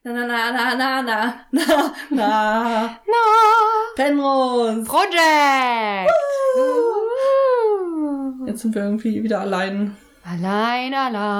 Na, na, na, na, na, na, na, na. Na. Penrose. Project. Jetzt sind wir irgendwie wieder allein. Allein.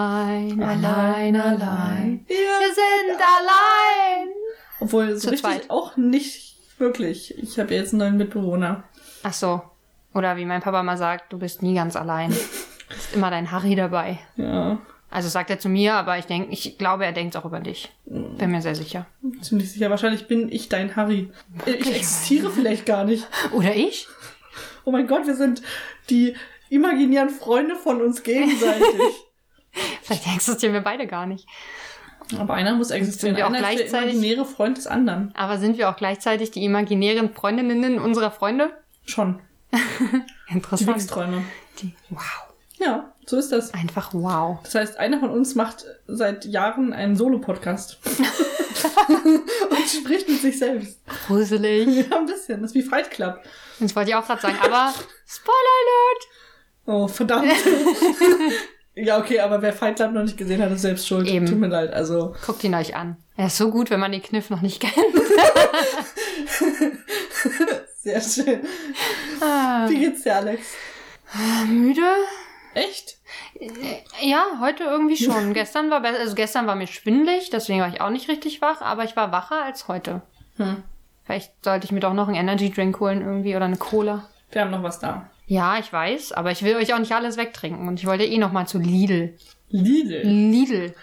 Wir sind allein. Obwohl, so Zu richtig zweit. auch nicht wirklich. Ich habe ja jetzt einen neuen Mitbewohner. Ach so. Oder wie mein Papa mal sagt, du bist nie ganz allein. Du hast immer dein Harry dabei. Ja, Also sagt er zu mir, aber ich glaube, er denkt auch über dich. Bin mir sehr sicher. ziemlich sicher. Wahrscheinlich bin ich dein Harry. Ich existiere vielleicht gar nicht. Oder ich? Oh mein Gott, wir sind die imaginären Freunde von uns gegenseitig. Vielleicht existieren wir beide gar nicht. Aber einer muss existieren. Sind wir auch Einer ist der gleichzeitig- imaginäre Freund des anderen. Aber sind wir auch gleichzeitig die imaginären Freundinnen unserer Freunde? Schon. Die Interessant. Wichsträume. Wow. Ja, so ist das. Einfach wow. Das heißt, einer von uns macht seit Jahren einen Solo-Podcast. Und spricht mit sich selbst. Gruselig. Ja, ein bisschen. Das ist wie Fight Club. Das wollte ich auch gerade sagen, aber Spoiler Alert! Oh, verdammt. Ja, okay, aber wer Fight Club noch nicht gesehen hat, ist selbst schuld. Eben. Tut mir leid, also. Guckt ihn euch an. Er ist so gut, wenn man den Kniff noch nicht kennt. Sehr schön. Ah. Wie geht's dir, Alex? Müde? Echt? Ja, heute irgendwie schon. Gestern war mir schwindelig, deswegen war ich auch nicht richtig wach, aber ich war wacher als heute. Vielleicht sollte ich mir doch noch einen Energy Drink holen irgendwie oder eine Cola. Wir haben noch was da. Ja, ich weiß, aber ich will euch auch nicht alles wegtrinken und ich wollte eh noch mal zu Lidl. Lidl.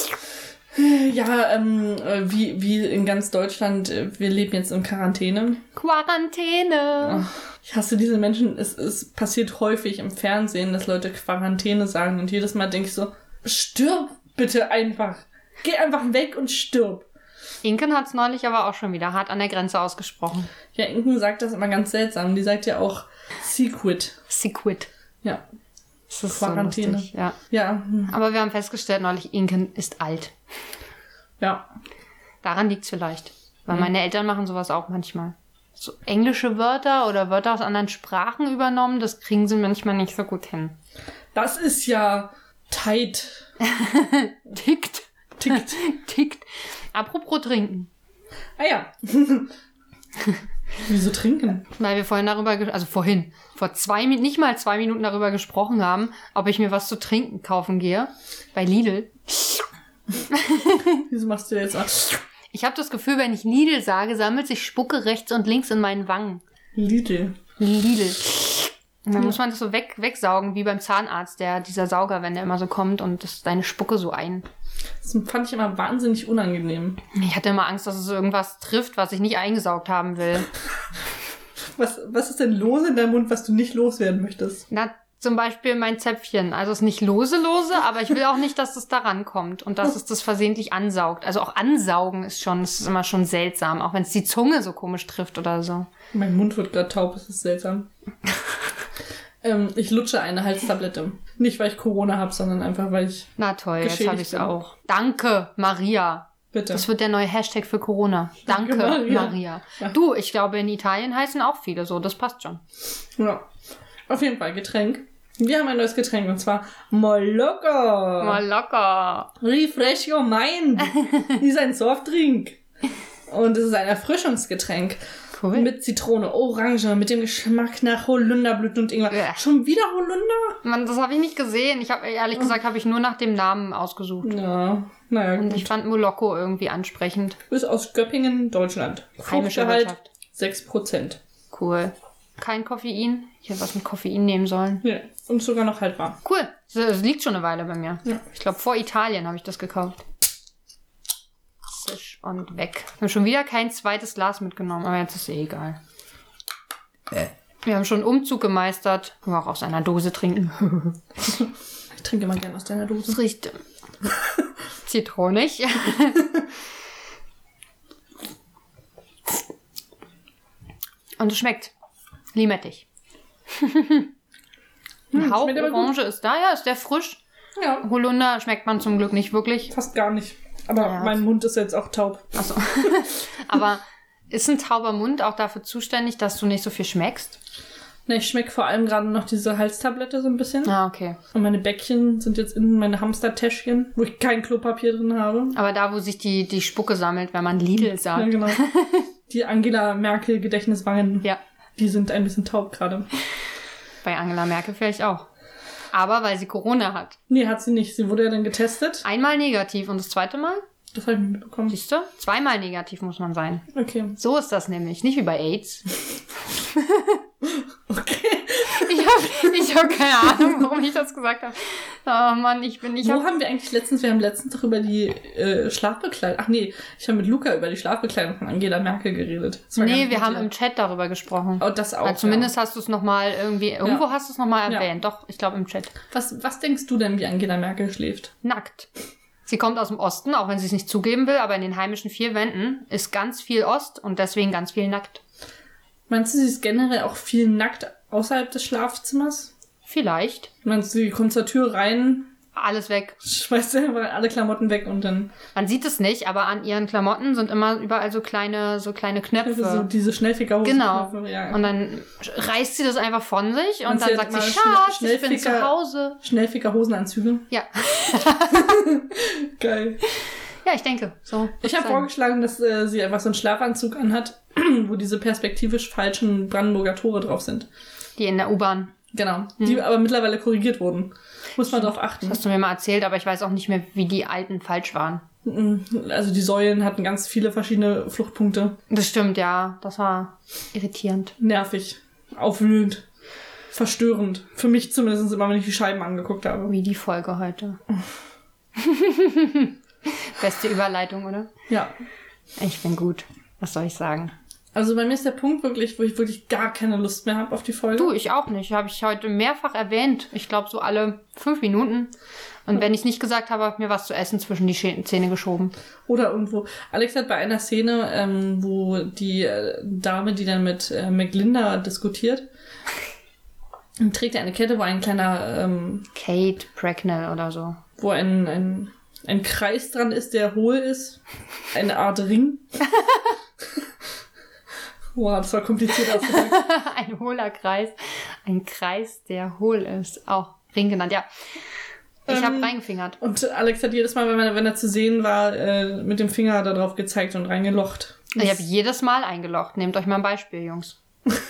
Ja, wie in ganz Deutschland, wir leben jetzt in Quarantäne. Quarantäne. Ich hasse diese Menschen. Es passiert häufig im Fernsehen, dass Leute Quarantäne sagen und jedes Mal denke ich so, stirb bitte einfach. Geh einfach weg und stirb. Inken hat es neulich aber auch schon wieder hart an der Grenze ausgesprochen. Ja, Inken sagt das immer ganz seltsam. Die sagt ja auch Secret. Secret. Ja. Das ist Quarantäne. So lustig, ja. Ja. Aber wir haben festgestellt neulich, Inken ist alt. Ja. Daran liegt's vielleicht. Weil meine Eltern machen sowas auch manchmal. So englische Wörter oder Wörter aus anderen Sprachen übernommen, das kriegen sie manchmal nicht so gut hin. Das ist ja tight. Tickt. Tickt. Apropos trinken. Ah ja. Wieso trinken? Weil wir vorhin nicht mal 2 Minuten darüber gesprochen haben, ob ich mir was zu trinken kaufen gehe. Bei Lidl. Wieso machst du jetzt was? Ich habe das Gefühl, wenn ich Lidl sage, sammelt sich Spucke rechts und links in meinen Wangen. Lidl. Und dann muss man das so wegsaugen, wie beim Zahnarzt, dieser Sauger, wenn der immer so kommt und das deine Spucke so ein. Das fand ich immer wahnsinnig unangenehm. Ich hatte immer Angst, dass es irgendwas trifft, was ich nicht eingesaugt haben will. Was ist denn lose in deinem Mund, was du nicht loswerden möchtest? Na, zum Beispiel mein Zäpfchen. Also es ist nicht lose, aber ich will auch nicht, dass es da rankommt und dass es das versehentlich ansaugt. Also auch ansaugen das ist immer schon seltsam, auch wenn es die Zunge so komisch trifft oder so. Mein Mund wird gerade taub, das ist seltsam. Ich lutsche eine Halstablette. Nicht, weil ich Corona habe, sondern einfach, weil ich... Na toll, jetzt geschädigt habe ich es bin. auch. Danke, Maria. Bitte. Das wird der neue Hashtag für Corona. Danke, Maria. Ja. Du, ich glaube, in Italien heißen auch viele so. Das passt schon. Ja. Auf jeden Fall, Getränk. Wir haben ein neues Getränk und zwar Moloko. Mal locker. Refresh your mind. Ist ein Softdrink. Und es ist ein Erfrischungsgetränk. Cool. Mit Zitrone, Orange, mit dem Geschmack nach Holunderblüten und Ingwer. Ja. Schon wieder Holunder? Mann, das habe ich nicht gesehen. Ehrlich gesagt, habe ich nur nach dem Namen ausgesucht. Ja, naja, Und gut. ich fand Moloko irgendwie ansprechend. Ist aus Göppingen, Deutschland. Heimische Fruchtgehalt Wirtschaft. 6%. Cool. Kein Koffein. Ich hätte was mit Koffein nehmen sollen. Ja, und sogar noch haltbar. Cool. Das liegt schon eine Weile bei mir. Ja. Ich glaube, vor Italien habe ich das gekauft. Zisch und weg. Wir haben schon wieder kein zweites Glas mitgenommen, aber jetzt ist egal. Wir haben schon einen Umzug gemeistert. Können wir auch aus einer Dose trinken. Ich trinke immer gerne aus deiner Dose. Das riecht zitronig. Und es schmeckt limettig. Ein Hauch schmeckt aber gut. Orange ist da, ja, ist der frisch. Ja, Holunder schmeckt man zum Glück nicht wirklich. fast gar nicht. Aber Ja. mein Mund ist jetzt auch taub. Achso. Aber ist ein tauber Mund auch dafür zuständig, dass du nicht so viel schmeckst? Ne, ich schmecke vor allem gerade noch diese Halstablette so ein bisschen. Ah, okay. Und meine Bäckchen sind jetzt in meine Hamstertäschchen, wo ich kein Klopapier drin habe. Aber da, wo sich die Spucke sammelt, wenn man Lidl sagt. Ja, genau. Die Angela Merkel Gedächtniswangen, Ja. die sind ein bisschen taub gerade. Bei Angela Merkel vielleicht auch. Aber weil sie Corona hat. Nee, hat sie nicht. Sie wurde ja dann getestet. Einmal negativ und das zweite Mal? Das habe ich nicht mitbekommen. Siehst du? Zweimal negativ muss man sein. Okay. So ist das nämlich. Nicht wie bei AIDS. Okay. Ich hab keine Ahnung, warum ich das gesagt habe. Oh Mann, haben wir eigentlich letztens, wir haben letztens doch über die Schlafbekleidung, ach nee, ich habe mit Luca über die Schlafbekleidung von Angela Merkel geredet. Nee, wir haben im Chat darüber gesprochen. Oh, das auch. Also zumindest hast du es nochmal irgendwo hast du es nochmal erwähnt. Doch, ich glaube im Chat. Was denkst du denn, wie Angela Merkel schläft? Nackt. Sie kommt aus dem Osten, auch wenn sie es nicht zugeben will, aber in den heimischen 4 Wänden ist ganz viel Ost und deswegen ganz viel nackt. Meinst du, sie ist generell auch viel nackt außerhalb des Schlafzimmers? Vielleicht. Meinst du, sie kommt zur Tür rein, Alles weg. schmeißt einfach alle Klamotten weg und dann... Man sieht es nicht, aber an ihren Klamotten sind immer überall so kleine Knöpfe. So diese Schnellfickerhosen. Genau. Ja. Und dann reißt sie das einfach von sich und Und dann sie sagt hat sie, mal Schatz, ich bin zu Hause. Schnellficker-Hosenanzüge. Ja. Geil. Ja, ich denke. So. Ich habe vorgeschlagen, dass sie einfach so einen Schlafanzug anhat, wo diese perspektivisch falschen Brandenburger Tore drauf sind. Die in der U-Bahn. Genau. Die aber mittlerweile korrigiert wurden. Muss man drauf achten. Das hast du mir mal erzählt, aber ich weiß auch nicht mehr, wie die alten falsch waren. Also die Säulen hatten ganz viele verschiedene Fluchtpunkte. Das stimmt, ja. Das war irritierend. Nervig. Aufwühlend. Verstörend. Für mich zumindest immer, wenn ich die Scheiben angeguckt habe. Wie die Folge heute. Beste Überleitung, oder? Ja. Ich bin gut. Was soll ich sagen? Also bei mir ist der Punkt wirklich, wo ich wirklich gar keine Lust mehr habe auf die Folge. Du, ich auch nicht. Habe ich heute mehrfach erwähnt. Ich glaube so alle 5 Minuten. Und wenn ich nicht gesagt habe, habe ich mir was zu essen zwischen die Zähne geschoben. Oder irgendwo. Alex hat bei einer Szene, wo die Dame, die dann mit McLinda diskutiert, trägt er eine Kette, wo ein kleiner... Kate Bracknell oder so. Wo ein Kreis dran ist, der hohl ist. Eine Art Ring. Wow, das war kompliziert ausgedrückt. Ein hohler Kreis. Ein Kreis, der hohl ist. Auch Ring genannt, ja. Ich habe reingefingert. Und Alex hat jedes Mal, wenn er zu sehen war, mit dem Finger da drauf gezeigt und reingelocht. Ich habe jedes Mal eingelocht. Nehmt euch mal ein Beispiel, Jungs.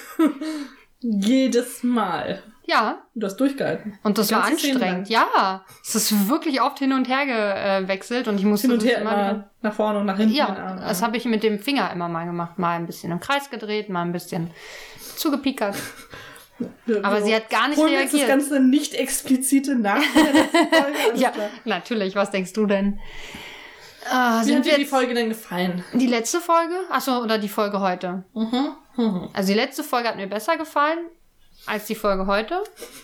Jedes Mal. Ja. Du hast durchgehalten. Und das Die war ganze Szene lang. anstrengend. Ja. Es ist wirklich oft hin und her gewechselt und ich musste Hin und das her immer nach vorne und nach hinten. Ja, das habe ich mit dem Finger immer mal gemacht. Mal ein bisschen im Kreis gedreht, mal ein bisschen zugepiekert. Aber sie hat gar nicht Holen wir jetzt reagiert. das ganze nicht explizite nach der letzten Folge. Alles Ja, klar. natürlich. Was denkst du denn? Wie hat Sind dir wir die jetzt Folge denn gefallen? die letzte Folge? Achso, oder die Folge heute? Also die letzte Folge hat mir besser gefallen als die Folge heute.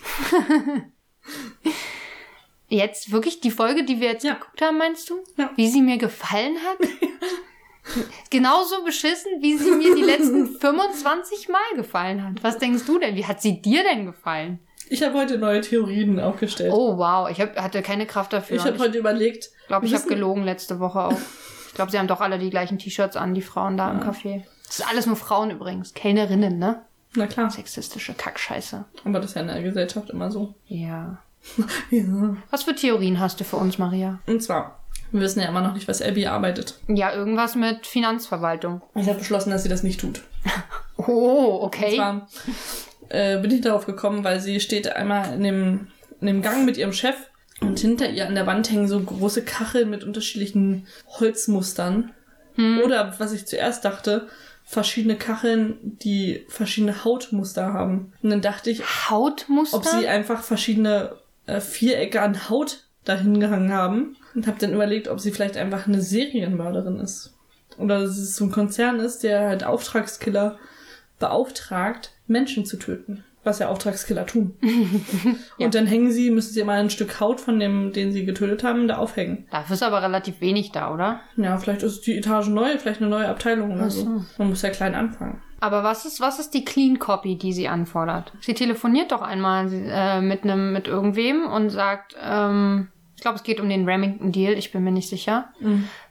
Jetzt wirklich die Folge, die wir jetzt geguckt haben, meinst du? Ja. Wie sie mir gefallen hat? Genauso beschissen, wie sie mir die letzten 25 Mal gefallen hat. Was denkst du denn? Wie hat sie dir denn gefallen? Ich habe heute neue Theorien aufgestellt. Oh, wow. Ich hatte keine Kraft dafür. Ich habe heute überlegt... Ich glaube, ich habe gelogen letzte Woche auch. Ich glaube, sie haben doch alle die gleichen T-Shirts an, die Frauen da im Café. Das ist alles nur Frauen übrigens. Kellnerinnen, ne? Na klar. Sexistische Kackscheiße. Aber das ist ja in der Gesellschaft immer so. Ja. Ja. Was für Theorien hast du für uns, Maria? Und zwar, wir wissen ja immer noch nicht, was Abby arbeitet. Ja, irgendwas mit Finanzverwaltung. Ich habe beschlossen, dass sie das nicht tut. Oh, okay. Und zwar bin ich darauf gekommen, weil sie steht einmal in dem Gang mit ihrem Chef und hinter ihr an der Wand hängen so große Kacheln mit unterschiedlichen Holzmustern. Oder, was ich zuerst dachte, verschiedene Kacheln, die verschiedene Hautmuster haben. Und dann dachte ich, Hautmuster? ob sie einfach verschiedene Vierecke an Haut dahin gehangen haben. Und habe dann überlegt, ob sie vielleicht einfach eine Serienmörderin ist. Oder dass es so ein Konzern ist, der halt Auftragskiller beauftragt, Menschen zu töten. Was ja Auftragskiller tun. Ja. Und dann müssen sie mal ein Stück Haut von dem, den sie getötet haben, da aufhängen. Dafür ist aber relativ wenig da, oder? Ja, vielleicht ist die Etage neu, vielleicht eine neue Abteilung oder so. Man muss ja klein anfangen. Aber was ist die Clean Copy, die sie anfordert? Sie telefoniert doch einmal mit irgendwem und sagt, ich glaube, es geht um den Remington-Deal, ich bin mir nicht sicher.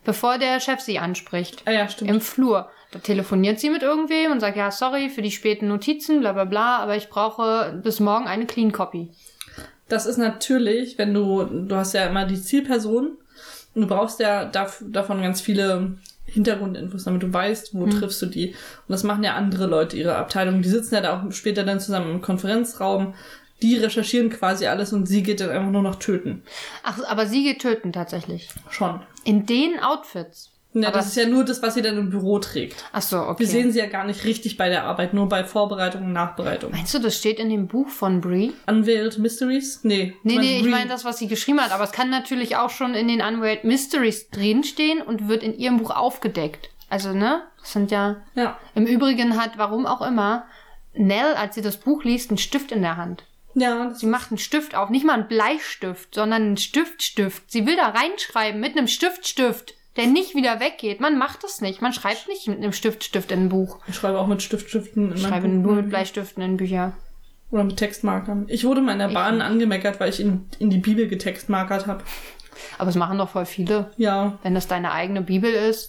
bevor der Chef sie anspricht. Ah ja, stimmt. Im Flur. Da telefoniert sie mit irgendwem und sagt, ja, sorry für die späten Notizen, bla bla bla, aber ich brauche bis morgen eine Clean Copy. Das ist natürlich, wenn du hast ja immer die Zielperson und du brauchst ja davon ganz viele Hintergrundinfos, damit du weißt, wo triffst du die. Und das machen ja andere Leute, ihre Abteilung. Die sitzen ja da auch später dann zusammen im Konferenzraum. Die recherchieren quasi alles und sie geht dann einfach nur noch töten. Ach, aber sie geht töten tatsächlich. Schon. In den Outfits. Ja, aber das ist ja nur das, was sie dann im Büro trägt. Ach so, okay. Wir sehen sie ja gar nicht richtig bei der Arbeit, nur bei Vorbereitung und Nachbereitung. Meinst du, das steht in dem Buch von Brie? Unveiled Mysteries? Nee. Nee, ich meine das, was sie geschrieben hat. Aber es kann natürlich auch schon in den Unveiled Mysteries drinstehen und wird in ihrem Buch aufgedeckt. Also, ne? Das sind ja... Im Übrigen hat, warum auch immer, Nell, als sie das Buch liest, einen Stift in der Hand. Ja. Sie macht einen Stift auf. Nicht mal einen Bleistift, sondern einen Stift. Sie will da reinschreiben mit einem Stift, der nicht wieder weggeht. Man macht das nicht. Man schreibt nicht mit einem Stift in ein Buch. Ich schreibe auch mit Stiften in Ich schreibe nur mit Bleistiften in Bücher. Oder mit Textmarkern. Ich wurde mal in der Bahn angemeckert, weil ich in die Bibel getextmarkert habe. Aber es machen doch voll viele. Ja. Wenn das deine eigene Bibel ist,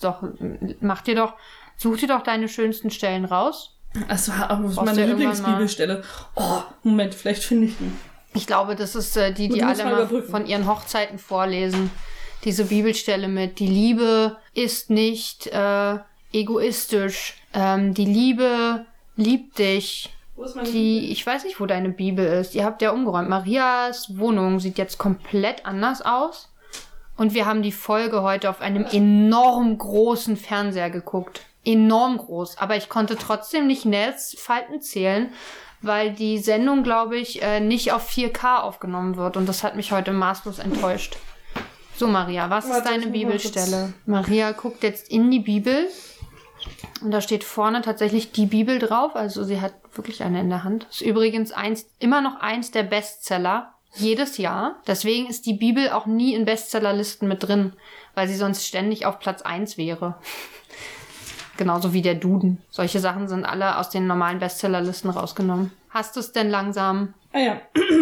such dir doch deine schönsten Stellen raus. Das war meine Lieblingsbibelstelle. Oh, Moment, vielleicht finde ich die. Ich glaube, das ist die alle mal von ihren Hochzeiten vorlesen. Diese Bibelstelle mit, die Liebe ist nicht egoistisch. Die Liebe liebt dich. Wo ist meine Bibel? Ich weiß nicht, wo deine Bibel ist. Ihr habt ja umgeräumt. Marias Wohnung sieht jetzt komplett anders aus. Und wir haben die Folge heute auf einem enorm großen Fernseher geguckt. Enorm groß. Aber ich konnte trotzdem nicht Nels Falten zählen, weil die Sendung, glaube ich, nicht auf 4K aufgenommen wird. Und das hat mich heute maßlos enttäuscht. So, Maria, was ist deine Bibelstelle? Maria guckt jetzt in die Bibel. Und da steht vorne tatsächlich die Bibel drauf. Also sie hat wirklich eine in der Hand. Ist übrigens immer noch eins der Bestseller. Jedes Jahr. Deswegen ist die Bibel auch nie in Bestsellerlisten mit drin. Weil sie sonst ständig auf Platz 1 wäre. Genauso wie der Duden. Solche Sachen sind alle aus den normalen Bestsellerlisten rausgenommen. Hast du es denn langsam? Ah ja.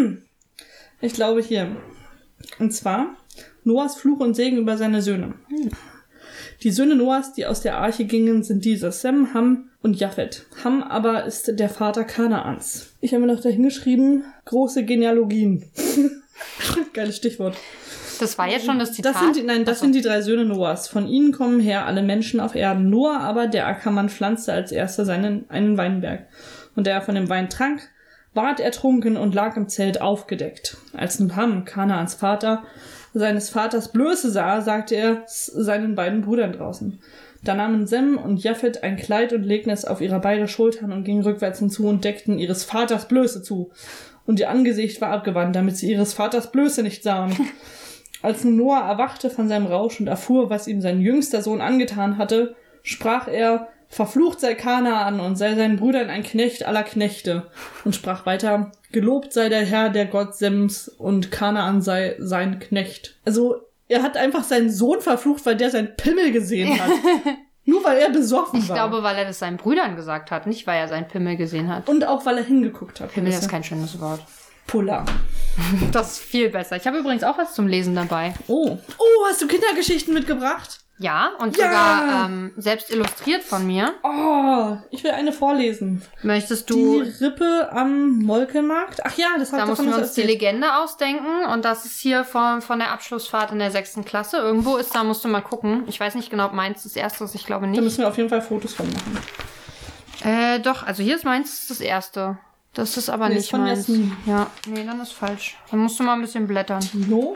Ich glaube hier. Und zwar Noahs Fluch und Segen über seine Söhne. Die Söhne Noahs, die aus der Arche gingen, sind diese: Sem, Ham und Japhet. Ham aber ist der Vater Kanaans. Ich habe mir noch dahingeschrieben, große Genealogien. Geiles Stichwort. Das war jetzt schon das Zitat? Das sind die 3 Söhne Noahs. Von ihnen kommen her alle Menschen auf Erden. Noah aber, der Ackermann, pflanzte als erster einen Weinberg. Und da er von dem Wein trank, ward er trunken und lag im Zelt aufgedeckt. Als nun Ham, Kanaans Vater, seines Vaters Blöße sah, sagte er seinen beiden Brüdern draußen. Da nahmen Sem und Japhet ein Kleid und legten es auf ihre beiden Schultern und gingen rückwärts hinzu und deckten ihres Vaters Blöße zu. Und ihr Angesicht war abgewandt, damit sie ihres Vaters Blöße nicht sahen. Als nun Noah erwachte von seinem Rausch und erfuhr, was ihm sein jüngster Sohn angetan hatte, sprach er: Verflucht sei Kanaan und sei seinen Brüdern ein Knecht aller Knechte. Und sprach weiter: Gelobt sei der Herr, der Gott Sems, und Kanaan sei sein Knecht. Also, er hat einfach seinen Sohn verflucht, weil der seinen Pimmel gesehen hat. Nur weil er besoffen war. Ich glaube, weil er das seinen Brüdern gesagt hat, nicht weil er seinen Pimmel gesehen hat. Und auch, weil er hingeguckt hat. Pimmel ist kein schönes Wort. Polar. Das ist viel besser. Ich habe übrigens auch was zum Lesen dabei. Oh, hast du Kindergeschichten mitgebracht? Ja, und sogar selbst illustriert von mir. Oh, ich will eine vorlesen. Möchtest du... Die Rippe am Molkemarkt? Ach ja, das hat Da mussten wir uns die Legende ausdenken. Und das ist hier von der Abschlussfahrt in der 6. Klasse. Irgendwo ist da, musst du mal gucken. Ich weiß nicht genau, ob meins das erste ist. Ich glaube nicht. Da müssen wir auf jeden Fall Fotos von machen. Doch, also hier ist meins das erste. Das ist aber nicht von meins. Jasmin. Ja, nee, dann ist falsch. Dann musst du mal ein bisschen blättern. No?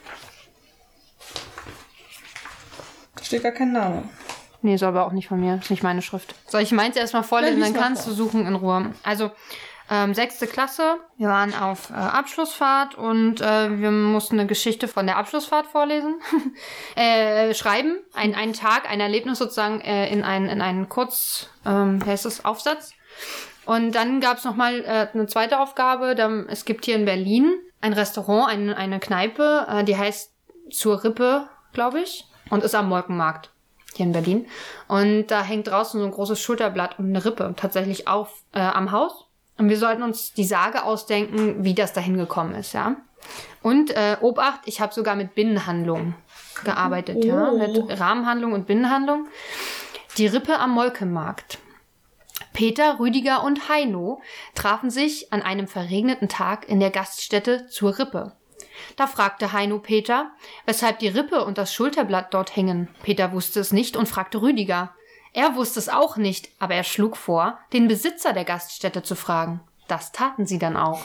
Da steht gar kein Name. Nee, ist aber auch nicht von mir. Ist nicht meine Schrift. Soll ich meins erstmal vorlesen, dann kannst du suchen in Ruhe. Also, 6. Klasse. Wir waren auf Abschlussfahrt und wir mussten eine Geschichte von der Abschlussfahrt vorlesen. Schreiben. Einen Tag, ein Erlebnis sozusagen in einen Aufsatz. Und dann gab es nochmal eine zweite Aufgabe. Es gibt hier in Berlin ein Restaurant, eine Kneipe, die heißt Zur Rippe, glaube ich, und ist am Molkenmarkt hier in Berlin. Und da hängt draußen so ein großes Schulterblatt und eine Rippe tatsächlich am Haus. Und wir sollten uns die Sage ausdenken, wie das dahin gekommen ist, ja. Und Obacht, ich habe sogar mit Binnenhandlungen gearbeitet, ja, mit Rahmenhandlung und Binnenhandlung. Die Rippe am Molkemarkt. Peter, Rüdiger und Heino trafen sich an einem verregneten Tag in der Gaststätte zur Rippe. Da fragte Heino Peter, weshalb die Rippe und das Schulterblatt dort hängen. Peter wusste es nicht und fragte Rüdiger. Er wusste es auch nicht, aber er schlug vor, den Besitzer der Gaststätte zu fragen. Das taten sie dann auch.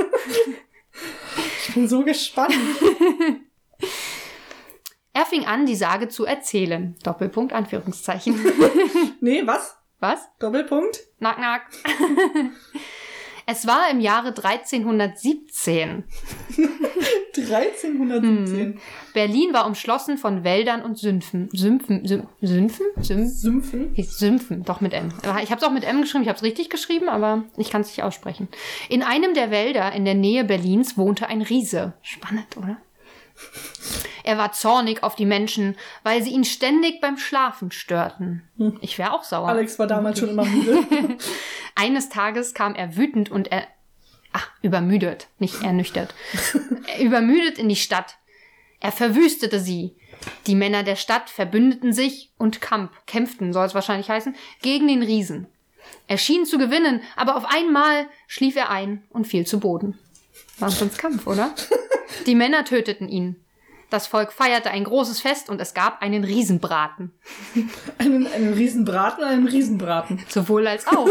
Ich bin so gespannt. Er fing an, die Sage zu erzählen. Doppelpunkt, Anführungszeichen. Nee, was? Was? Doppelpunkt? Nack, nack. Es war im Jahre 1317. 1317. Berlin war umschlossen von Wäldern und Sümpfen. Sümpfen? Sümpfen, doch mit M. Ich habe es auch mit M geschrieben, ich habe es richtig geschrieben, aber ich kann es nicht aussprechen. In einem der Wälder in der Nähe Berlins wohnte ein Riese. Spannend, oder? Er war zornig auf die Menschen, weil sie ihn ständig beim Schlafen störten. Ich wäre auch sauer. Alex war damals schon immer müde. Eines Tages kam er wütend und übermüdet, nicht ernüchtert. Übermüdet in die Stadt. Er verwüstete sie. Die Männer der Stadt verbündeten sich und kämpften, soll es wahrscheinlich heißen, gegen den Riesen. Er schien zu gewinnen, aber auf einmal schlief er ein und fiel zu Boden. Wahnsinnskampf, oder? Die Männer töteten ihn. Das Volk feierte ein großes Fest und es gab einen Riesenbraten. Einen Riesenbraten oder einen Riesenbraten? Sowohl als auch.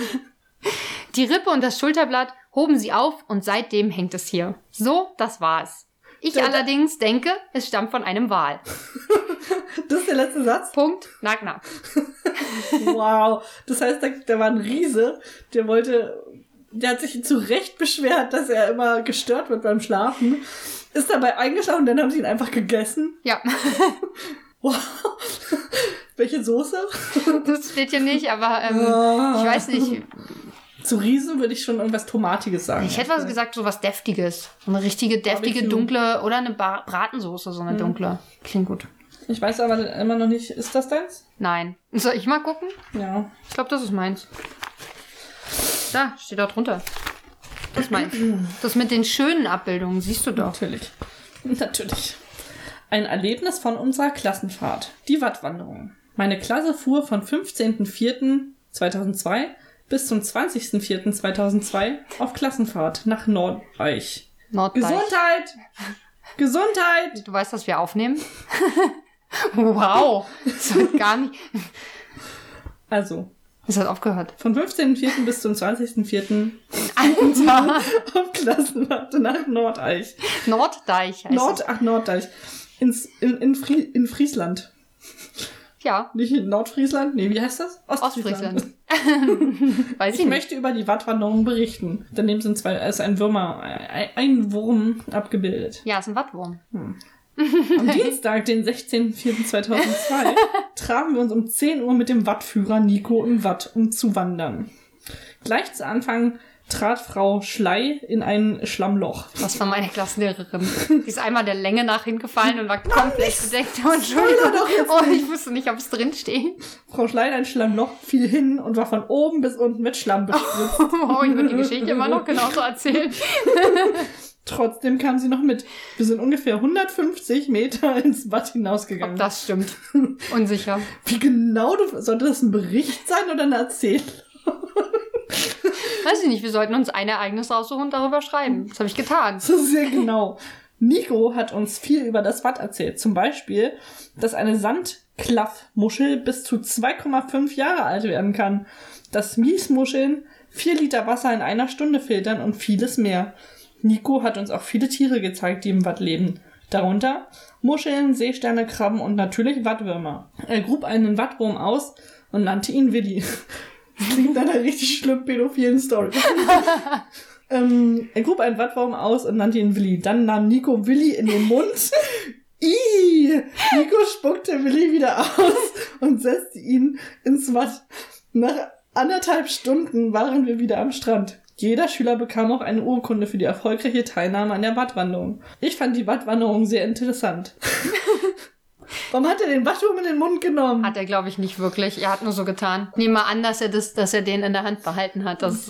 Die Rippe und das Schulterblatt hoben sie auf und seitdem hängt es hier. So, das war's. Ich allerdings denke, es stammt von einem Wal. Das ist der letzte Satz? Punkt, nack, nack. Wow. Das heißt, da war ein Riese, der hat sich zu Recht beschwert, dass er immer gestört wird beim Schlafen. Ist dabei eingeschlafen und dann haben sie ihn einfach gegessen. Ja. Wow. Welche Soße? Das steht hier nicht, aber ich weiß nicht. Zu Riesen würde ich schon irgendwas Tomatiges sagen. Ich hätte was gesagt, so was Deftiges. So eine richtige deftige, dunkle oder eine Bratensoße, so eine dunkle. Klingt gut. Ich weiß aber immer noch nicht, ist das deins? Nein. Soll ich mal gucken? Ja. Ich glaube, das ist meins. Da, steht da drunter. Das ist meins. Das mit den schönen Abbildungen, siehst du doch. Natürlich. Ein Erlebnis von unserer Klassenfahrt. Die Wattwanderung. Meine Klasse fuhr von 15.04.2002 bis zum 20.04.2002 auf Klassenfahrt nach Norddeich. Gesundheit! Gesundheit! Du weißt, dass wir aufnehmen? Wow. Das hat gar nicht... Also... Es hat aufgehört. Von 15.04. bis zum 20.04. Alter! auf Klassenfahrt nach Norddeich. Norddeich heißt es. Norddeich. In Friesland. Ja. Nicht in Nordfriesland? Nee, wie heißt das? Ostfriesland. Weiß Ich möchte über die Wattwanderung berichten. Daneben sind ist ein Wurm abgebildet. Ja, ist ein Wattwurm. Am Dienstag, den 16.04.2002, trafen wir uns um 10 Uhr mit dem Wattführer Nico im Watt, um zu wandern. Gleich zu Anfang trat Frau Schley in ein Schlammloch. Das war meine Klassenlehrerin. Die ist einmal der Länge nach hingefallen und war komplett bedeckt. Entschuldigung. Ich wusste nicht, ob es drin steht. Frau Schley in ein Schlammloch, fiel hin und war von oben bis unten mit Schlamm bespritzt. Oh, ich würde die Geschichte immer noch genauso erzählen. Trotzdem kam sie noch mit. Wir sind ungefähr 150 Meter ins Watt hinausgegangen. Ob das stimmt. Unsicher. Wie genau? Sollte das ein Bericht sein oder eine Erzählung? Weiß ich nicht, wir sollten uns ein Ereignis raussuchen und darüber schreiben. Das habe ich getan. So sehr genau. Nico hat uns viel über das Watt erzählt. Zum Beispiel, dass eine Sandklaffmuschel bis zu 2,5 Jahre alt werden kann. Dass Miesmuscheln 4 Liter Wasser in einer Stunde filtern und vieles mehr. Nico hat uns auch viele Tiere gezeigt, die im Watt leben. Darunter Muscheln, Seesterne, Krabben und natürlich Wattwürmer. Er grub einen Wattwurm aus und nannte ihn Willi. Das klingt nach einer richtig schlimm pädophilen Story. Er grub einen Wattwurm aus und nannte ihn Willi. Dann nahm Nico Willi in den Mund. Nico spuckte Willi wieder aus und setzte ihn ins Watt. Nach 1,5 Stunden waren wir wieder am Strand. Jeder Schüler bekam auch eine Urkunde für die erfolgreiche Teilnahme an der Wattwanderung. Ich fand die Wattwanderung sehr interessant. Warum hat er den Wattwurm in den Mund genommen? Hat er, glaube ich, nicht wirklich. Er hat nur so getan. Nehmen wir an, dass er den in der Hand behalten hat. Es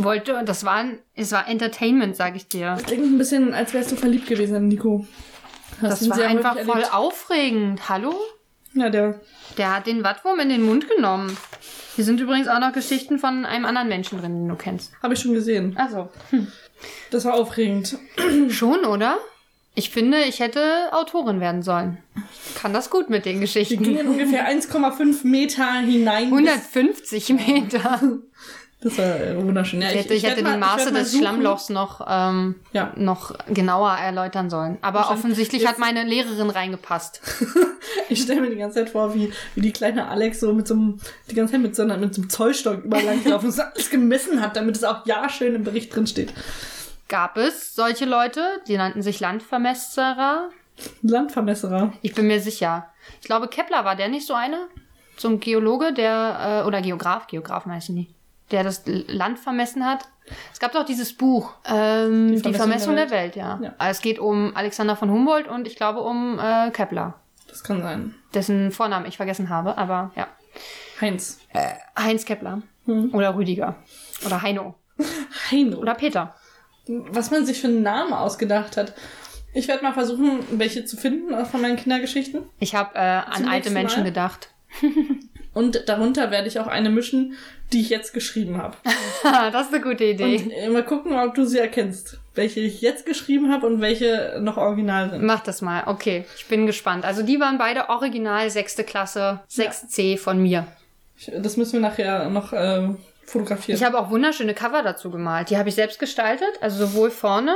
war Entertainment, sage ich dir. Das klingt ein bisschen, als wärst du verliebt gewesen in Nico. Das war einfach voll aufregend. Hallo? Ja, der hat den Wattwurm in den Mund genommen. Hier sind übrigens auch noch Geschichten von einem anderen Menschen drin, den du kennst. habe ich schon gesehen. Ach so. Das war aufregend. Schon, oder? Ich finde, ich hätte Autorin werden sollen. Kann das gut mit den Die Geschichten. gingen ungefähr 1,5 Meter hinein. 150 Meter. Das war wunderschön. Ja, Ich hätte die Maße des Schlammlochs noch genauer erläutern sollen. Aber offensichtlich hat meine Lehrerin reingepasst. Ich stelle mir die ganze Zeit vor, wie die kleine Alex so die ganze Zeit mit so einem Zollstock überall lang gelaufen und so alles gemessen hat, damit es auch schön im Bericht drin steht. Gab es solche Leute, die nannten sich Landvermesserer? Landvermesserer. Ich bin mir sicher. Ich glaube, Kepler war der nicht so eine? So ein Geologe, oder Geograf meist nie, der das Land vermessen hat. Es gab doch dieses Buch, Die Vermessung der Welt, ja. Es geht um Alexander von Humboldt und ich glaube um Kepler. Das kann sein. Dessen Vornamen ich vergessen habe, aber ja. Heinz. Heinz Kepler. Oder Rüdiger. Oder Heino. Oder Peter. Was man sich für einen Namen ausgedacht hat. Ich werde mal versuchen, welche zu finden von meinen Kindergeschichten. Ich habe an alte Menschen gedacht. Und darunter werde ich auch eine mischen, die ich jetzt geschrieben habe. Das ist eine gute Idee. Und mal gucken, ob du sie erkennst. Welche ich jetzt geschrieben habe und welche noch original sind. Mach das mal. Okay, ich bin gespannt. Also die waren beide original 6. Klasse, 6C von mir. Das müssen wir nachher noch fotografieren. Ich habe auch wunderschöne Cover dazu gemalt. Die habe ich selbst gestaltet. Also sowohl vorne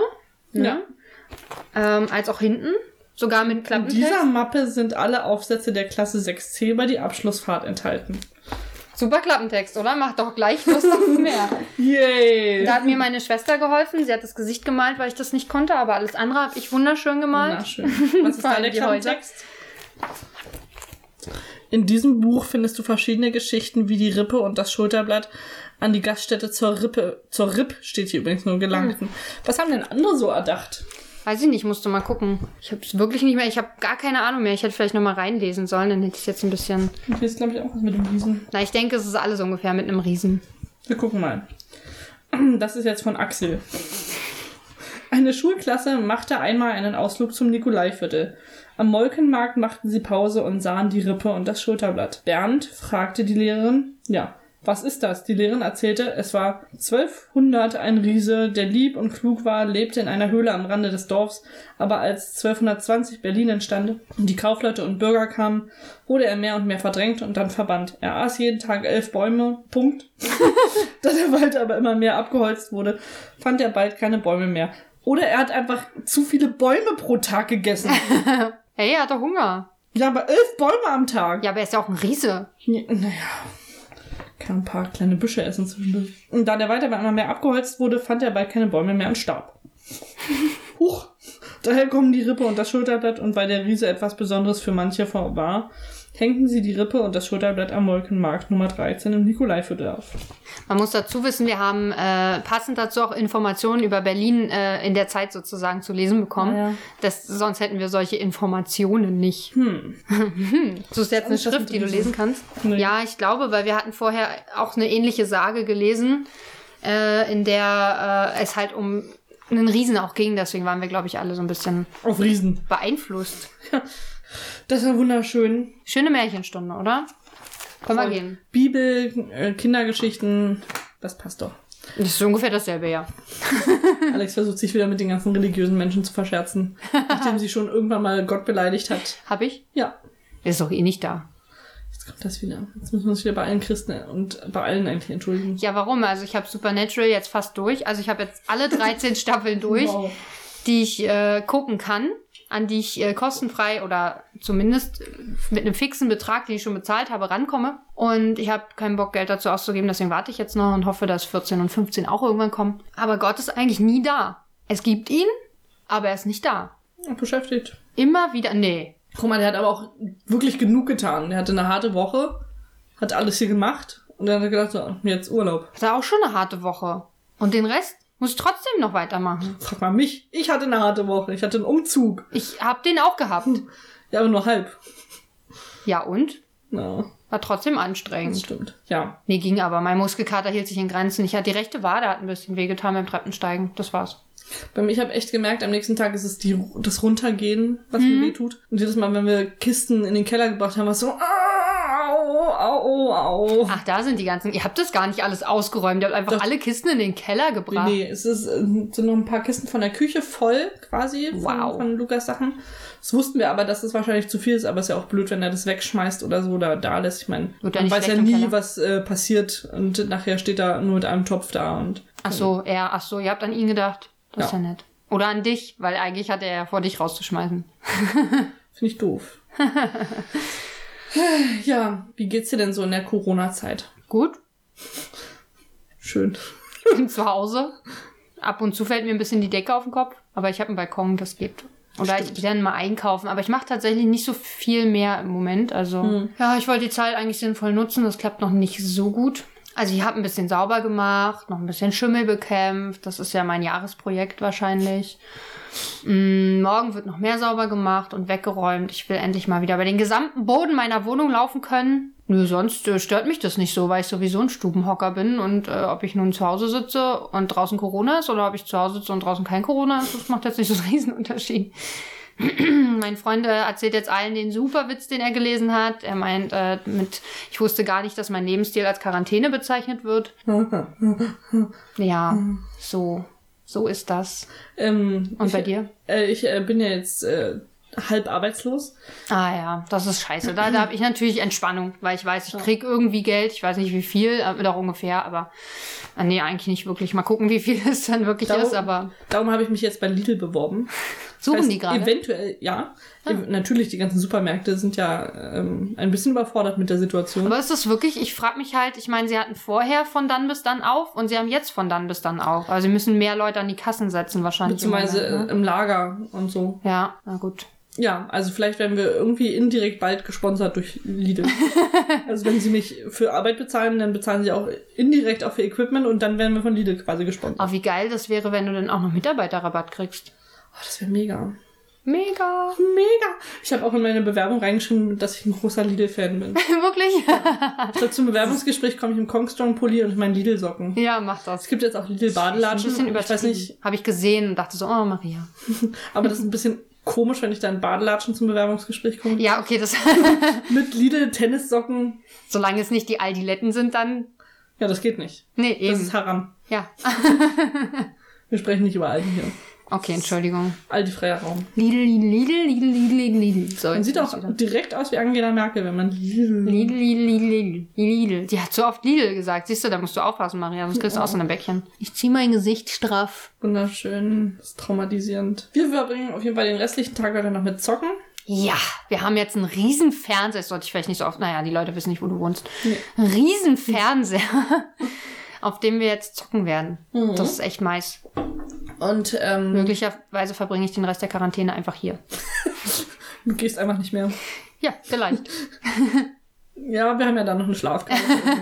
als auch hinten. Sogar mit Klappentext. In dieser Mappe sind alle Aufsätze der Klasse 6C über die Abschlussfahrt enthalten. Super Klappentext, oder? Macht doch gleich Lust auf mehr. Yay! Da hat mir meine Schwester geholfen. Sie hat das Gesicht gemalt, weil ich das nicht konnte, aber alles andere habe ich wunderschön gemalt. Wunderschön. Was ist da der Klappentext? In diesem Buch findest du verschiedene Geschichten, wie die Rippe und das Schulterblatt an die Gaststätte zur Ripp steht hier übrigens nur gelangten. Was haben denn andere so erdacht? Weiß ich nicht, musste mal gucken. Ich habe es wirklich nicht mehr, ich habe gar keine Ahnung mehr. Ich hätte vielleicht noch mal reinlesen sollen, dann hätte ich jetzt ein bisschen... Ich weiß, glaube ich, auch was mit dem Riesen. Na, ich denke, es ist alles ungefähr mit einem Riesen. Wir gucken mal. Das ist jetzt von Axel. Eine Schulklasse machte einmal einen Ausflug zum Nikolaiviertel. Am Molkenmarkt machten sie Pause und sahen die Rippe und das Schulterblatt. Bernd fragte die Lehrerin, was ist das? Die Lehrerin erzählte, es war 1200 ein Riese, der lieb und klug war, lebte in einer Höhle am Rande des Dorfs, aber als 1220 Berlin entstand und die Kaufleute und Bürger kamen, wurde er mehr und mehr verdrängt und dann verbannt. Er aß jeden Tag 11 Bäume, Punkt. Da der Wald aber immer mehr abgeholzt wurde, fand er bald keine Bäume mehr. Oder er hat einfach zu viele Bäume pro Tag gegessen. Hey, er hatte Hunger. Ja, aber 11 Bäume am Tag. Ja, aber er ist ja auch ein Riese. Kann ein paar kleine Büsche essen zwischendurch. Und da der Wald aber immer mehr abgeholzt wurde, fand er bald keine Bäume mehr und starb. Huch! Daher kommen die Rippe und das Schulterblatt und weil der Riese etwas Besonderes für manche war, hängten sie die Rippe und das Schulterblatt am Molkenmarkt Nummer 13 im Nikolaiviertel auf. Man muss dazu wissen, wir haben passend dazu auch Informationen über Berlin in der Zeit sozusagen zu lesen bekommen. Ja. Sonst hätten wir solche Informationen nicht. Suchst du jetzt eine Schrift, die du lesen kannst? Nee. Ja, ich glaube, weil wir hatten vorher auch eine ähnliche Sage gelesen, in der es halt um einen Riesen auch ging. Deswegen waren wir, glaube ich, alle so ein bisschen auf Riesen beeinflusst. Das war wunderschön. Schöne Märchenstunde, oder? Können wir gehen. Bibel, Kindergeschichten, das passt doch. Das ist ungefähr dasselbe, ja. Alex versucht sich wieder mit den ganzen religiösen Menschen zu verscherzen, nachdem sie schon irgendwann mal Gott beleidigt hat. Hab ich? Ja. Der ist doch eh nicht da. Jetzt kommt das wieder. Jetzt müssen wir uns wieder bei allen Christen und bei allen eigentlich entschuldigen. Ja, warum? Also ich habe Supernatural jetzt fast durch. Also ich habe jetzt alle 13 Staffeln durch, wow, die ich gucken kann, an die ich kostenfrei oder zumindest mit einem fixen Betrag, den ich schon bezahlt habe, rankomme. Und ich habe keinen Bock, Geld dazu auszugeben, deswegen warte ich jetzt noch und hoffe, dass 14 und 15 auch irgendwann kommen. Aber Gott ist eigentlich nie da. Es gibt ihn, aber er ist nicht da. Ja, beschäftigt. Immer wieder, nee. Guck mal, der hat aber auch wirklich genug getan. Der hatte eine harte Woche, hat alles hier gemacht und dann hat er gedacht, so, jetzt Urlaub. Hat er auch schon eine harte Woche. Und den Rest muss ich trotzdem noch weitermachen. Frag mal mich. Ich hatte eine harte Woche. Ich hatte einen Umzug. Ich hab den auch gehabt. Ja, aber nur halb. Ja, und? Ja. War trotzdem anstrengend. Das stimmt, ja. Nee, ging aber. Mein Muskelkater hielt sich in Grenzen. Die rechte Wade hat ein bisschen wehgetan beim Treppensteigen. Das war's. Ich habe echt gemerkt, am nächsten Tag ist es das Runtergehen, was mir wehtut. Und jedes Mal, wenn wir Kisten in den Keller gebracht haben, war es so, au. Ach, da sind die ganzen... Ihr habt das gar nicht alles ausgeräumt. Ihr habt einfach alle Kisten in den Keller gebracht. Nee, es sind noch ein paar Kisten von der Küche voll, quasi, von Lukas Sachen. Das wussten wir aber, dass das wahrscheinlich zu viel ist, aber es ist ja auch blöd, wenn er das wegschmeißt oder so oder da lässt. Ich meine, man weiß ja nie, was passiert und nachher steht er nur mit einem Topf da und... Ach so, ihr habt an ihn gedacht. Das ist ja nett. Oder an dich, weil eigentlich hat er ja vor, dich rauszuschmeißen. Finde ich doof. Ja, wie geht's dir denn so in der Corona-Zeit? Gut. Schön. Bin zu Hause. Ab und zu fällt mir ein bisschen die Decke auf den Kopf, aber ich habe einen Balkon, das geht. Oder ich gehe dann mal einkaufen, aber ich mache tatsächlich nicht so viel mehr im Moment. Also ja, ich wollte die Zeit eigentlich sinnvoll nutzen, das klappt noch nicht so gut. Also ich habe ein bisschen sauber gemacht, noch ein bisschen Schimmel bekämpft. Das ist ja mein Jahresprojekt wahrscheinlich. Morgen wird noch mehr sauber gemacht und weggeräumt. Ich will endlich mal wieder über den gesamten Boden meiner Wohnung laufen können. Nö, sonst stört mich das nicht so, weil ich sowieso ein Stubenhocker bin. Und ob ich nun zu Hause sitze und draußen Corona ist oder ob ich zu Hause sitze und draußen kein Corona ist, das macht jetzt nicht so einen Riesenunterschied. Mein Freund erzählt jetzt allen den Superwitz, den er gelesen hat. Er meint, ich wusste gar nicht, dass mein Lebensstil als Quarantäne bezeichnet wird. Ja, so ist das. Und bei dir? Ich bin ja jetzt halb arbeitslos. Ah ja, das ist scheiße. Da habe ich natürlich Entspannung, weil ich weiß, ich krieg irgendwie Geld. Ich weiß nicht, wie viel, oder ungefähr, aber nee, eigentlich nicht wirklich. Mal gucken, wie viel es dann wirklich ist, aber... Darum habe ich mich jetzt bei Lidl beworben. Suchen die gerade? Eventuell, ja. Natürlich, die ganzen Supermärkte sind ja ein bisschen überfordert mit der Situation. Aber ist das wirklich, ich frage mich halt, ich meine, sie hatten vorher von dann bis dann auf und sie haben jetzt von dann bis dann auf. Also sie müssen mehr Leute an die Kassen setzen wahrscheinlich. Beziehungsweise im Lager und so. Ja, na gut. Ja, also vielleicht werden wir irgendwie indirekt bald gesponsert durch Lidl. Also wenn sie mich für Arbeit bezahlen, dann bezahlen sie auch indirekt auch für Equipment und dann werden wir von Lidl quasi gesponsert. Aber wie geil das wäre, wenn du dann auch noch Mitarbeiterrabatt kriegst. Oh, das wäre mega. Mega. Ich habe auch in meine Bewerbung reingeschrieben, dass ich ein großer Lidl-Fan bin. Wirklich? Ich glaube, zum Bewerbungsgespräch komme ich im Kongstrong-Pulli und in meinen Lidl-Socken. Ja, mach das. Es gibt jetzt auch Lidl-Badelatschen. Ein bisschen übertrieben. Ich weiß nicht. Habe ich gesehen und dachte so, oh Maria. Aber das ist ein bisschen komisch, wenn ich da in Badelatschen zum Bewerbungsgespräch komme. Ja, okay, das... Mit Lidl-Tennissocken. Solange es nicht die Aldiletten sind, dann... Ja, das geht nicht. Nee, eben. Das ist Haram. Ja. Wir sprechen nicht über Aldi hier. Okay, Entschuldigung. Aldi-freier Raum. Lidl. So, man sieht auch direkt aus wie Angela Merkel, wenn man Lidl. Die hat so oft Lidl gesagt. Siehst du, da musst du aufpassen, Maria, sonst kriegst du auch so ein Bäckchen. Ich zieh mein Gesicht straff. Wunderschön. Das ist traumatisierend. Wir verbringen auf jeden Fall den restlichen Tag heute noch mit Zocken. Ja, wir haben jetzt einen riesen Fernseher. Das sollte ich vielleicht nicht so oft... Naja, die Leute wissen nicht, wo du wohnst. Nee. Einen riesen Fernseher, auf dem wir jetzt zocken werden. Das ist echt nice. Und möglicherweise verbringe ich den Rest der Quarantäne einfach hier. Du gehst einfach nicht mehr. Ja, vielleicht. Ja, wir haben ja da noch eine Schlafkammer.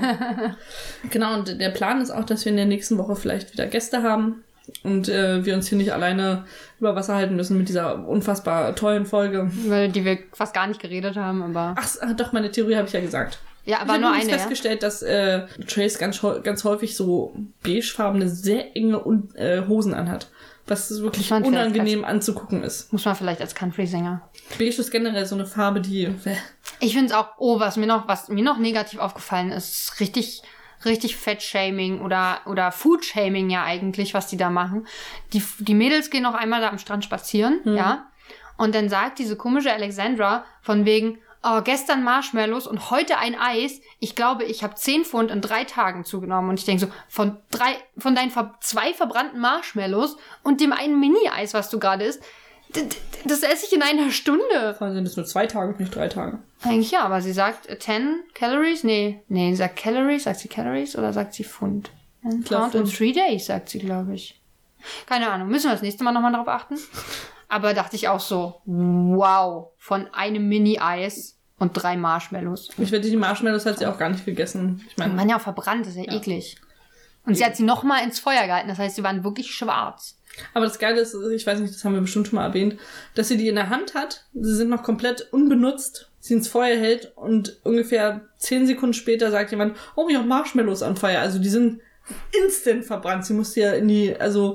Genau, und der Plan ist auch, dass wir in der nächsten Woche vielleicht wieder Gäste haben und wir uns hier nicht alleine über Wasser halten müssen mit dieser unfassbar tollen Folge. Weil die wir fast gar nicht geredet haben, aber... Ach doch, meine Theorie habe ich ja gesagt. Ja, aber nur eine, Ich habe festgestellt, dass Trace ganz häufig so beigefarbene, sehr enge Hosen anhat. Was wirklich unangenehm anzugucken ist. Muss man vielleicht als Country-Sänger. Beige ist generell so eine Farbe, die... Ich finde es auch... Oh, was mir noch negativ aufgefallen ist, richtig Fett-Shaming oder Food-Shaming ja eigentlich, was die da machen. Die Mädels gehen noch einmal da am Strand spazieren, ja. Und dann sagt diese komische Alexandra von wegen... Oh, gestern Marshmallows und heute ein Eis. Ich glaube, ich habe 10 Pfund in 3 Tagen zugenommen. Und ich denke so, von deinen 2 verbrannten Marshmallows und dem einen Mini-Eis, was du gerade isst, das esse ich in einer Stunde. Vor allem sind es nur 2 Tage, nicht 3 Tage. Eigentlich ja, aber sie sagt 10 Calories? Nee, sie sagt Calories. Sagt sie Calories oder sagt sie Pfund? Count in 3 days, sagt sie, glaube ich. Keine Ahnung, müssen wir das nächste Mal nochmal drauf achten. Aber dachte ich auch so, wow, von einem Mini-Eis und 3 Marshmallows. Ich wette, die Marshmallows hat sie auch gar nicht gegessen. Ich meine, man ja auch verbrannt, das ist ja eklig. Und sie hat sie nochmal ins Feuer gehalten, das heißt, sie waren wirklich schwarz. Aber das Geile ist, ich weiß nicht, das haben wir bestimmt schon mal erwähnt, dass sie die in der Hand hat, sie sind noch komplett unbenutzt, sie ins Feuer hält und ungefähr 10 Sekunden später sagt jemand, oh, ich habe Marshmallows an Feuer. Also die sind instant verbrannt. Sie musste ja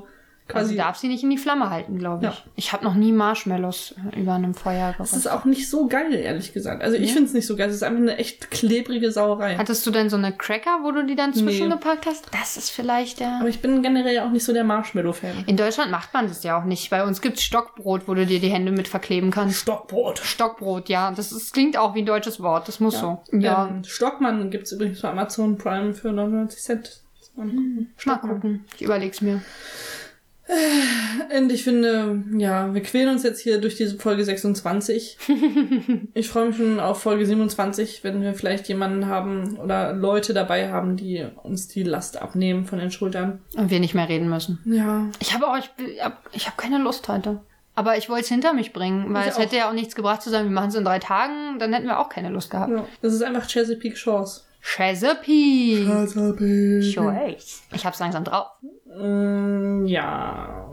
Also quasi. darf sie nicht in die Flamme halten, glaube ich. Ja. Ich habe noch nie Marshmallows über einem Feuer Das geröstet. ist auch nicht so geil, ehrlich gesagt. Also ich finde es nicht so geil. Es ist einfach eine echt klebrige Sauerei. Hattest du denn so eine Cracker, wo du die dann zwischengepackt hast? Das ist vielleicht der... Aber ich bin generell auch nicht so der Marshmallow-Fan. In Deutschland macht man das ja auch nicht. Bei uns gibt's Stockbrot, wo du dir die Hände mit verkleben kannst. Stockbrot. Stockbrot, ja. Das klingt auch wie ein deutsches Wort. Das muss so. Ja. Stockmann gibt es übrigens bei Amazon Prime für 99 Cent. Mal gucken. Ich überleg's mir. Und ich finde, ja, wir quälen uns jetzt hier durch diese Folge 26. Ich freue mich schon auf Folge 27, wenn wir vielleicht jemanden haben oder Leute dabei haben, die uns die Last abnehmen von den Schultern. Und wir nicht mehr reden müssen. Ja. Ich hab keine Lust heute. Aber ich wollte es hinter mich bringen, weil Ich es auch. hätte ja auch nichts gebracht zu sagen, wir machen es in 3 Tagen, dann hätten wir auch keine Lust gehabt. Ja. Das ist einfach Chesapeake Shores. Chesapeake. Chesapeake. Shores. Ich hab's langsam drauf. Ja.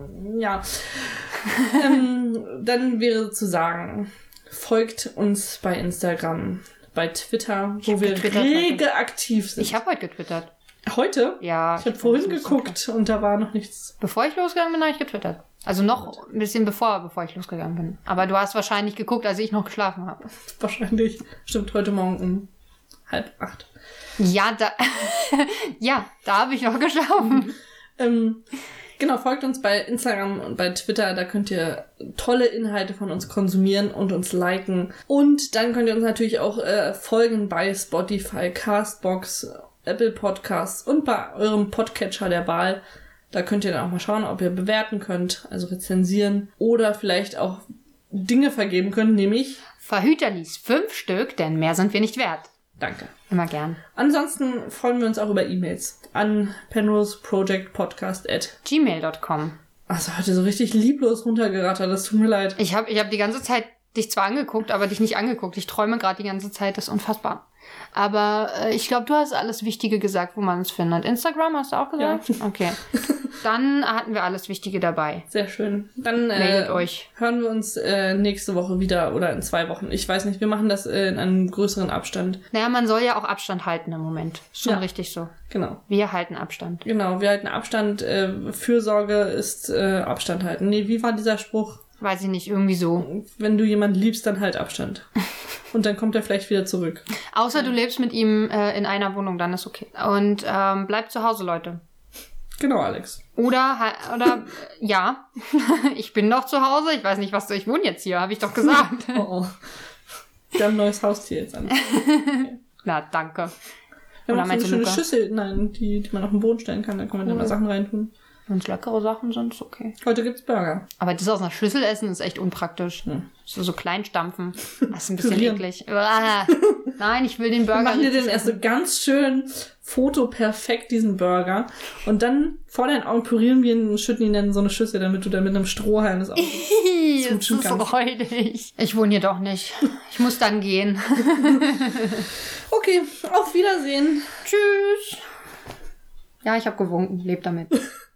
Dann wäre zu sagen, folgt uns bei Instagram, bei Twitter, wo wir getwittert rege aktiv sind. Ich habe heute getwittert. Heute? Ja. Ich habe vorhin geguckt und da war noch nichts. Bevor ich losgegangen bin, habe ich getwittert. Also noch ein bisschen bevor ich losgegangen bin. Aber du hast wahrscheinlich geguckt, als ich noch geschlafen habe. Wahrscheinlich. Stimmt, heute Morgen um 7:30. Ja, da habe ich noch geschlafen. Genau, folgt uns bei Instagram und bei Twitter. Da könnt ihr tolle Inhalte von uns konsumieren und uns liken. Und dann könnt ihr uns natürlich auch folgen bei Spotify, Castbox, Apple Podcasts und bei eurem Podcatcher der Wahl. Da könnt ihr dann auch mal schauen, ob ihr bewerten könnt, also rezensieren oder vielleicht auch Dinge vergeben könnt, nämlich... Verhüterlis 5 Stück, denn mehr sind wir nicht wert. Danke. Immer gern. Ansonsten freuen wir uns auch über E-Mails an penroseprojectpodcast@ gmail.com. Also heute so richtig lieblos runtergerattert, das tut mir leid. Ich hab die ganze Zeit dich zwar angeguckt, aber dich nicht angeguckt. Ich träume gerade die ganze Zeit, das ist unfassbar. Aber ich glaube, du hast alles Wichtige gesagt, wo man es findet. Instagram hast du auch gesagt? Ja. Okay. Dann hatten wir alles Wichtige dabei. Sehr schön. Dann meldet euch. Hören wir uns nächste Woche wieder oder in 2 Wochen. Ich weiß nicht, wir machen das in einem größeren Abstand. Naja, man soll ja auch Abstand halten im Moment. Ist schon Ja. richtig so. Genau. Wir halten Abstand. Genau, wir halten Abstand. Fürsorge ist Abstand halten. Nee, wie war dieser Spruch? Weiß ich nicht, irgendwie so. Wenn du jemanden liebst, dann halt Abstand. Und dann kommt er vielleicht wieder zurück. Außer du lebst mit ihm in einer Wohnung, dann ist okay. Und bleibt zu Hause, Leute. Genau, Alex. Oder ja, ich bin noch zu Hause. Ich weiß nicht, ich wohne jetzt hier, habe ich doch gesagt. Oh. Wir haben ein neues Haustier jetzt an. Okay. Na, danke. Wir Oder haben auch so eine meinst du schöne Luca? Schüssel, die man auf den Boden stellen kann. Da kann man dann mal Sachen reintun. Wenn es leckere Sachen sind, ist okay. Heute gibt's Burger. Aber das aus einer Schüssel essen ist echt unpraktisch. So klein stampfen. Das ist ein bisschen Pürieren. eklig. Uah. Nein, ich will den Burger Wir machen dir richtig den erst so ganz schön fotoperfekt, diesen Burger. Und dann vor deinen Augen pürieren wir ihn und schütten ihn dann in so eine Schüssel, damit du dann mit einem Strohhalm das auch Das zutschen ist kannst. räudig. Ich wohne hier doch nicht. Ich muss dann gehen. Okay, auf Wiedersehen. Tschüss. Ja, ich habe gewunken. Lebt damit.